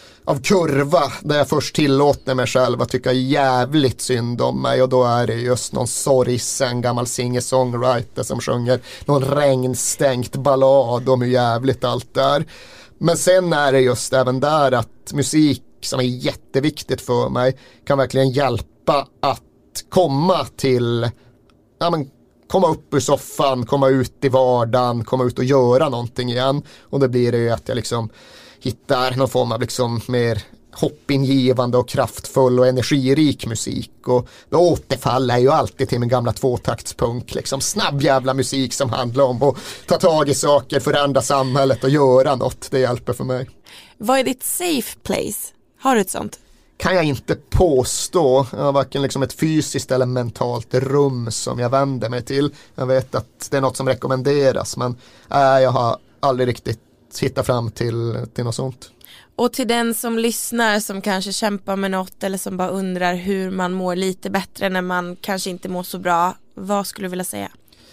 kurva där jag först tillåter mig själv att tycka jävligt synd om mig, och då är det just någon sorgsen gammal singer-songwriter som sjunger någon regnstänkt ballad om hur jävligt allt är. Men sen är det just även där att musik som är jätteviktigt för mig kan verkligen hjälpa att komma till komma upp ur soffan, komma ut i vardagen, komma ut och göra någonting igen. Och det blir det ju att jag hittar någon form av mer hoppingivande och kraftfull och energirik musik. Och då återfaller jag ju alltid till min gamla tvåtaktspunk. Snabb jävla musik som handlar om att ta tag i saker, förändra samhället och göra något. Det hjälper för mig. Vad är ditt safe place? Har du ett sånt? Kan jag inte påstå. Jag har varken ett fysiskt eller mentalt rum som jag vänder mig till. Jag vet att det är något som rekommenderas, men jag har aldrig riktigt hittat fram till något sånt. Och till den som lyssnar, som kanske kämpar med något eller som bara undrar hur man mår lite bättre när man kanske inte mår så bra, vad skulle du vilja säga?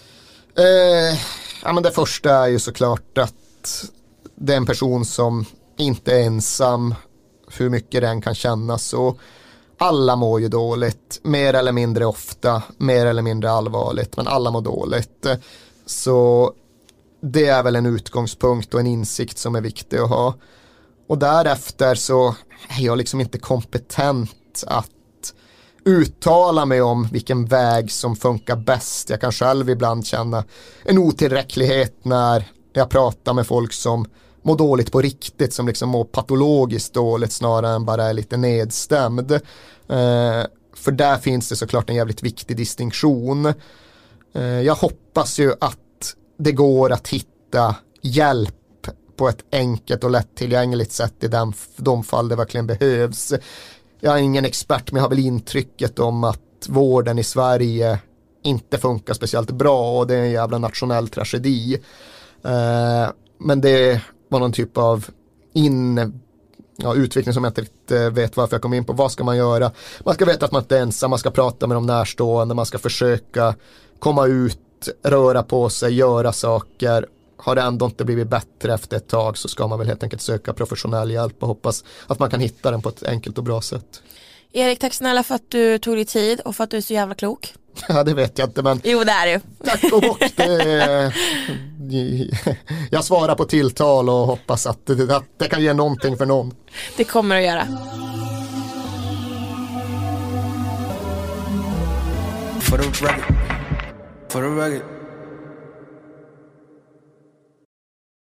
Det första är ju såklart att det är en person som inte är ensam, hur mycket den kan kännas så. Alla mår ju dåligt, mer eller mindre ofta, mer eller mindre allvarligt, men alla mår dåligt. Så det är väl en utgångspunkt och en insikt som är viktig att ha. Och därefter så är jag inte kompetent att uttala mig om vilken väg som funkar bäst. Jag kan själv ibland känna en otillräcklighet när jag pratar med folk som mår dåligt på riktigt, som mår patologiskt dåligt snarare än bara är lite nedstämd. För där finns det såklart en jävligt viktig distinktion. Jag hoppas ju att det går att hitta hjälp på ett enkelt och lättillgängligt sätt i de fall det verkligen behövs. Jag är ingen expert, men jag har väl intrycket om att vården i Sverige inte funkar speciellt bra och det är en jävla nationell tragedi. Men det var någon typ av utveckling som jag inte vet varför jag kom in på. Vad ska man göra? Man ska veta att man inte är ensam, man ska prata med de närstående, man ska försöka komma ut, röra på sig, göra saker. Har det ändå inte blivit bättre efter ett tag så ska man väl helt enkelt söka professionell hjälp och hoppas att man kan hitta den på ett enkelt och bra sätt. Erik, tack snälla för att du tog dig tid och för att du är så jävla klok. Ja, det vet jag inte, men jo, det är du. Tack och bock. Jag svarar på tilltal och hoppas att det kan ge någonting för någon. Det kommer att göra. For the record.